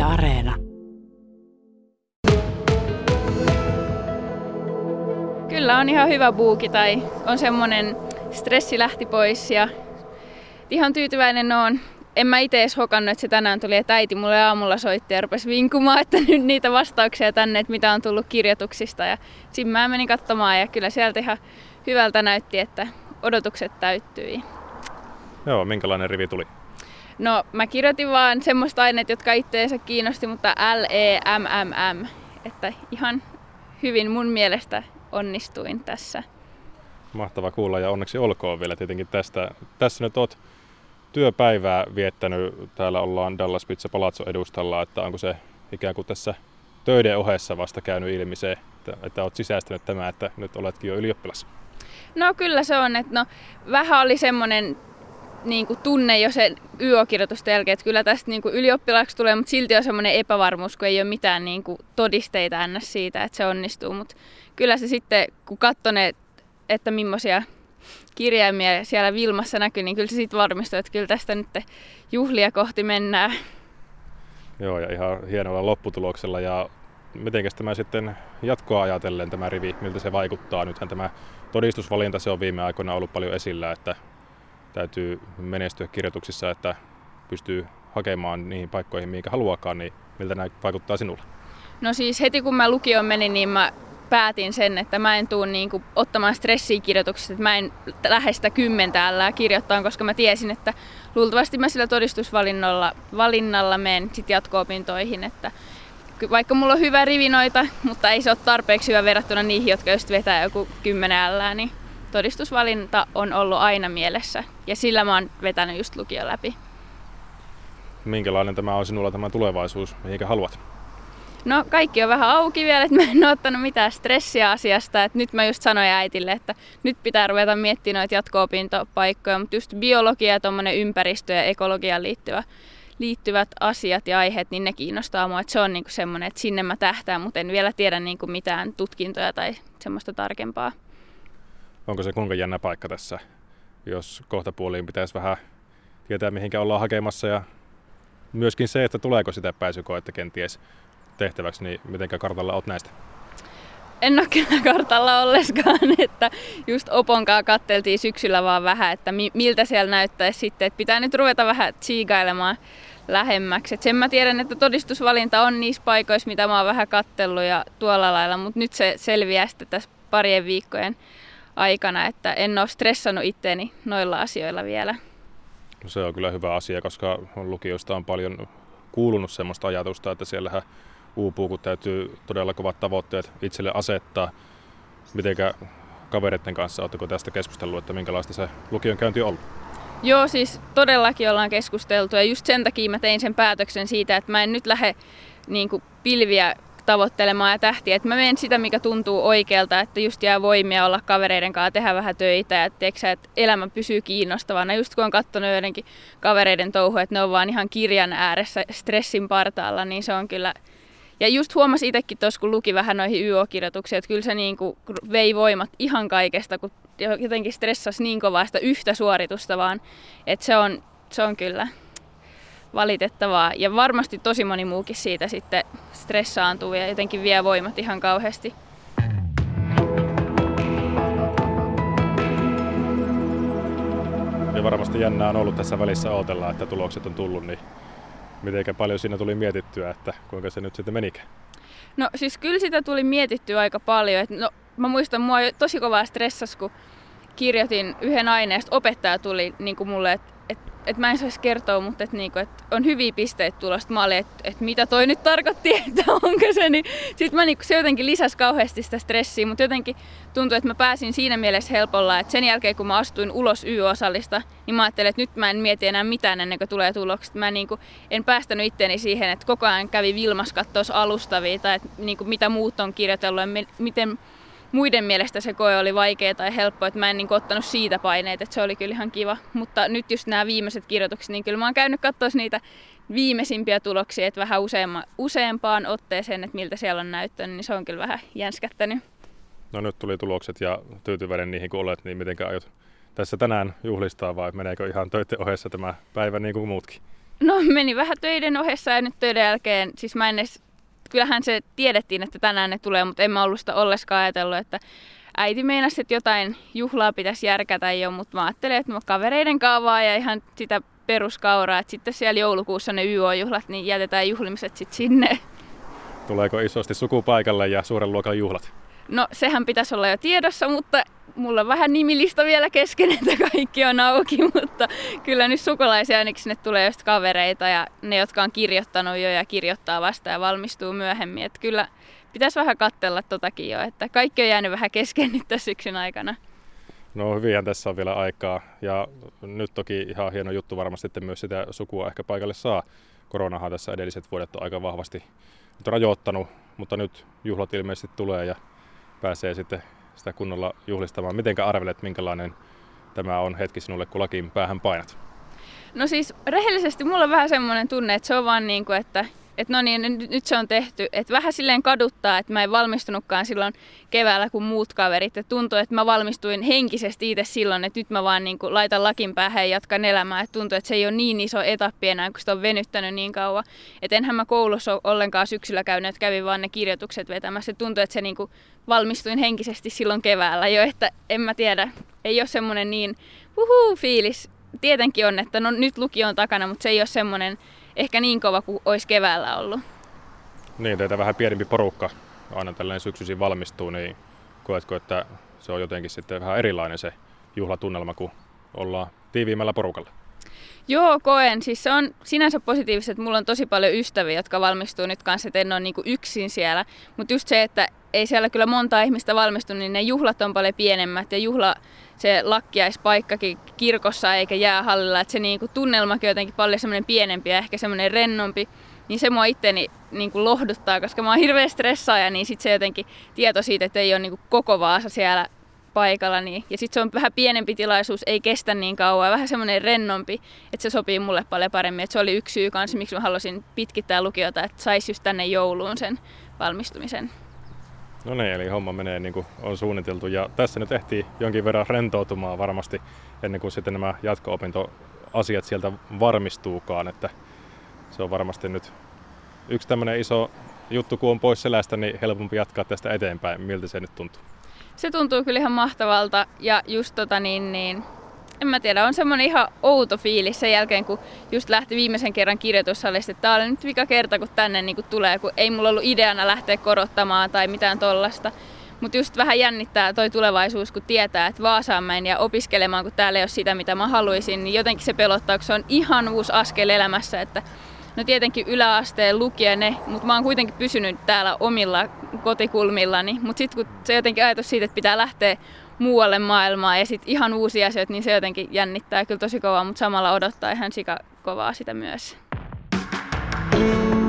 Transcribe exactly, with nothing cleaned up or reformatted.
Areena. Kyllä on ihan hyvä buuki tai on semmonen stressi lähti pois ja ihan tyytyväinen oon. En mä ite edes hokannut, että se tänään tuli, että äiti mulle aamulla soitti ja rupesi vinkumaan, että nyt niitä vastauksia tänne, että mitä on tullut kirjoituksista. Ja sitten mä menin katsomaan ja kyllä sieltä ihan hyvältä näytti, että odotukset täyttyi. Joo, minkälainen rivi tuli? No mä kirjoitin vaan semmoista aineet, jotka itteensä kiinnosti, mutta L E M M M, että ihan hyvin mun mielestä onnistuin tässä. Mahtava kuulla ja onneksi olkoon vielä tietenkin tästä. Tässä nyt oot työpäivää viettänyt. Täällä ollaan Dallas Pizza Palazzo edustalla, että onko se ikään kuin tässä töiden ohessa vasta käynyt ilmi se, että, että olet sisäistänyt tämä, että nyt oletkin jo ylioppilas? No kyllä se on, että no, vähän oli semmoinen niin kuin tunne jo sen Y O-kirjoitusten jälkeen, että kyllä tästä niin kuin ylioppilaaksi tulee, mutta silti on semmoinen epävarmuus, kun ei ole mitään niin kuin todisteita ns. Siitä, että se onnistuu. Mutta kyllä se sitten, kun katsoi ne, että millaisia kirjaimia siellä Vilmassa näkyy, niin kyllä se sitten varmistui, että kyllä tästä nyt juhlia kohti mennään. Joo, ja ihan hienolla lopputuloksella. Ja mitenkäs tämä sitten jatkoa ajatellen tämä rivi, miltä se vaikuttaa? Nythän tämä todistusvalinta, se on viime aikoina ollut paljon esillä, että täytyy menestyä kirjoituksissa, että pystyy hakemaan niihin paikkoihin, mihinkä haluakaan, niin miltä nämä vaikuttaa sinulle? No siis heti kun mä lukioon menin, niin mä päätin sen, että mä en tule niinku ottamaan stressiä kirjoituksesta, että mä en lähde sitä kymmentä ällää kirjoittaa, koska mä tiesin, että luultavasti mä sillä todistusvalinnalla valinnalla menen sit jatko-opintoihin, että vaikka mulla on hyvä rivi noita, mutta ei se ole tarpeeksi hyvä verrattuna niihin, jotka just vetää joku kymmenen ällää, niin todistusvalinta on ollut aina mielessä ja sillä mä oon vetänyt just lukion läpi. Minkälainen tämä on sinulla tämä tulevaisuus, mihinkä haluat? No kaikki on vähän auki vielä, että mä en ole ottanut mitään stressiä asiasta. Että nyt mä just sanoin äitille, että nyt pitää ruveta miettimään noita jatko-opintopaikkoja, mutta just biologia ja tuommoinen ympäristö ja ekologiaan liittyvä, liittyvät asiat ja aiheet, niin ne kiinnostaa mua. Että se on niinku semmoinen, että sinne mä tähtään, mutta en vielä tiedä niinku mitään tutkintoja tai semmoista tarkempaa. Onko se kuinka jännä paikka tässä, jos kohtapuoliin pitäisi vähän tietää, mihinkä ollaan hakemassa ja myöskin se, että tuleeko sitä pääsykoetta kenties tehtäväksi, niin mitenkä kartalla olet näistä? En ole kyllä kartalla olleskaan, että just Oponkaan katteltiin syksyllä vaan vähän, että miltä siellä näyttäisi sitten, että pitää nyt ruveta vähän tsiigailemaan lähemmäksi. Et sen mä tiedän, että todistusvalinta on niissä paikoissa, mitä mä oon vähän kattellut ja tuolla lailla, mutta nyt se selviää sitten tässä parien viikkojen aikana, että en ole stressannut itteeni noilla asioilla vielä. No se on kyllä hyvä asia, koska lukiosta on paljon kuulunut semmoista ajatusta, että siellähän uupuu, kun täytyy todella kovat tavoitteet itselle asettaa. Mitenkä kavereiden kanssa, oletteko tästä keskustellut, että minkälaista se lukion käynti on ollut? Joo, siis todellakin ollaan keskusteltu ja just sen takia mä tein sen päätöksen siitä, että mä en nyt lähde niin kuin pilviä tavoittelemaan ja tähtiä, että mä menen sitä, mikä tuntuu oikealta, että just jää voimia olla kavereiden kanssa, tehdä vähän töitä ja teeksä, että elämä pysyy kiinnostavana. Just kun on katsonut joidenkin kavereiden touhua, että ne on vaan ihan kirjan ääressä stressin partaalla, niin se on kyllä. Ja just huomasi itsekin tuossa, kun luki vähän noihin Y O-kirjoituksiin, että kyllä se niin kuin vei voimat ihan kaikesta, kun jotenkin stressasi niin kovaa sitä yhtä suoritusta vaan, että se on, se on kyllä valitettavaa. Ja varmasti tosi moni muukin siitä sitten stressaantuu ja jotenkin vie voimat ihan kauheasti. Ja varmasti jännää on ollut tässä välissä odotella, että tulokset on tullut, niin miten paljon siinä tuli mietittyä, että kuinka se nyt sitten menikään? No siis kyllä sitä tuli mietittyä aika paljon. Et no, mä muistan, mua tosi kovaa stressas, kun kirjoitin yhden aineesta. Opettaja tuli niin kuin mulle, että et, et mä en saisi kertoa, mutta et, niin kuin, et on hyviä pisteitä tulosta. Mä olin, että et mitä toi nyt tarkoitti, että onko se. Niin, sitten mä, niin, se jotenkin lisäsi kauheasti sitä stressiä, mutta jotenkin tuntui, että mä pääsin siinä mielessä helpolla, että sen jälkeen kun mä astuin ulos Y O-salista, niin mä ajattelin, että nyt mä en mieti enää mitään ennen kuin tulee tulokset. Mä niin kuin, en päästänyt itteeni siihen, että koko ajan kävi Vilmas katsoa alustavia tai että, niin kuin, mitä muut on kirjoitellut ja miten muiden mielestä se koe oli vaikea tai helppo, että mä en niin kuin, ottanut siitä paineita, että se oli kyllä ihan kiva. Mutta nyt just nämä viimeiset kirjoitukset, niin kyllä mä oon käynyt katsoa niitä viimeisimpiä tuloksia, että vähän useamma, useampaan otteeseen, että miltä siellä on näyttänyt, niin se on kyllä vähän jänskättänyt. No nyt tuli tulokset ja tyytyväinen niihin kun olet, niin mitenkä aiot tässä tänään juhlistaa vai meneekö ihan töiden ohessa tämä päivä niin kuin muutkin? No meni vähän töiden ohessa ja nyt töiden jälkeen, siis mä en edes, kyllähän se tiedettiin, että tänään ne tulee, mutta en mä ollut sitä olleskaan ajatellut, että äiti meinasi, että jotain juhlaa pitäisi järkätä jo, mutta mä ajattelin, että mä kavereiden kaavaa ja ihan sitä peruskauraa, että sitten siellä joulukuussa ne Y O-juhlat, niin jätetään juhlimiset sitten sinne. Tuleeko isosti sukupaikalle ja suuren luokan juhlat? No sehän pitäisi olla jo tiedossa, mutta mulla on vähän nimilista vielä kesken, että kaikki on auki, mutta kyllä nyt sukulaisia ainakin sinne tulee just kavereita ja ne, jotka on kirjoittanut jo ja kirjoittaa vasta ja valmistuu myöhemmin. Että kyllä pitäisi vähän katsella totakin jo, että kaikki on jäänyt vähän kesken nyt tässä syksyn aikana. No hyvinhän tässä on vielä aikaa ja nyt toki ihan hieno juttu varmasti sitten myös sitä sukua ehkä paikalle saa. Koronahan tässä edelliset vuodet on aika vahvasti nyt rajoittanut, mutta nyt juhlat ilmeisesti tulee ja pääsee sitten sitä kunnolla juhlistamaan. Mitenkä arvelet, minkälainen tämä on hetki sinulle, kun lakin päähän painat? No siis rehellisesti mulla on vähän semmoinen tunne, että se on vaan niin kuin, että että no niin, nyt, nyt se on tehty. Että vähän silleen kaduttaa, että mä en valmistunutkaan silloin keväällä kuin muut kaverit. Et tuntuu, että mä valmistuin henkisesti itse silloin, että nyt mä vaan niin kuin laitan lakin päähän ja jatkan elämää. Et tuntuu, että se ei ole niin iso etappi enää, kun sitä on venyttänyt niin kauan. Että enhän mä koulussa ole ollenkaan syksyllä käynyt, että kävin vaan ne kirjoitukset vetämässä. Et tuntuu, että se niin kuin valmistuin henkisesti silloin keväällä jo, että en mä tiedä. Ei ole semmoinen niin uhuu fiilis. Tietenkin on, että no nyt lukio on takana, mutta se ei ole semmoinen ehkä niin kova kuin olisi keväällä ollut. Niin, teitä vähän pienempi porukka aina tällainen syksyisin valmistuu, niin koetko, että se on jotenkin sitten vähän erilainen se juhlatunnelma, kun ollaan tiiviimmällä porukalla? Joo, koen. Siis se on sinänsä positiivista, että mulla on tosi paljon ystäviä, jotka valmistuu nyt kanssa, että en ole niinku yksin siellä. Mutta just se, että ei siellä kyllä monta ihmistä valmistu, niin ne juhlat on paljon pienemmät ja juhla, se lakkiaispaikkakin kirkossa eikä jäähallilla, että se niinku tunnelmakin on jotenkin paljon semmoinen pienempi ja ehkä semmoinen rennompi. Niin se mua itteni niinku lohduttaa, koska mä oon hirveä stressaaja, niin sit se jotenkin tieto siitä, että ei ole niinku koko Vaasa siellä paikalla. Niin. Ja sitten se on vähän pienempi tilaisuus, ei kestä niin kauan, vähän semmoinen rennompi, että se sopii mulle paljon paremmin. Et se oli yksi syy kanssa, miksi mä halusin pitkittää lukiota, että saisi just tänne jouluun sen valmistumisen. No niin, eli homma menee niin kuin on suunniteltu ja tässä nyt ehtii jonkin verran rentoutumaan varmasti ennen kuin sitten nämä jatko-opintoasiat sieltä varmistuukaan, että se on varmasti nyt yksi tämmöinen iso juttu, kun on pois selästä, niin helpompi jatkaa tästä eteenpäin. Miltä se nyt tuntuu? Se tuntuu kyllä ihan mahtavalta ja just tota niin, niin en mä tiedä, on semmoinen ihan outo fiilis sen jälkeen, kun just lähti viimeisen kerran kirjoitussalista, että tää oli nyt vika kerta, kun tänne niin kun tulee, kun ei mulla ollut ideana lähteä korottamaan tai mitään tollasta. Mutta just vähän jännittää toi tulevaisuus, kun tietää, että Vaasaan menen ja opiskelemaan, kun täällä ei ole sitä, mitä mä haluaisin, niin jotenkin se pelottaa, kun se on ihan uusi askel elämässä, että no tietenkin yläasteen lukee ne, mutta mä oon kuitenkin pysynyt täällä omilla kotikulmillani. Mutta sitten kun se jotenkin ajatus siitä, että pitää lähteä muualle maailmaan ja sitten ihan uusia asioita, niin se jotenkin jännittää kyllä tosi kovaa, mutta samalla odottaa ihan sika kovaa sitä myös.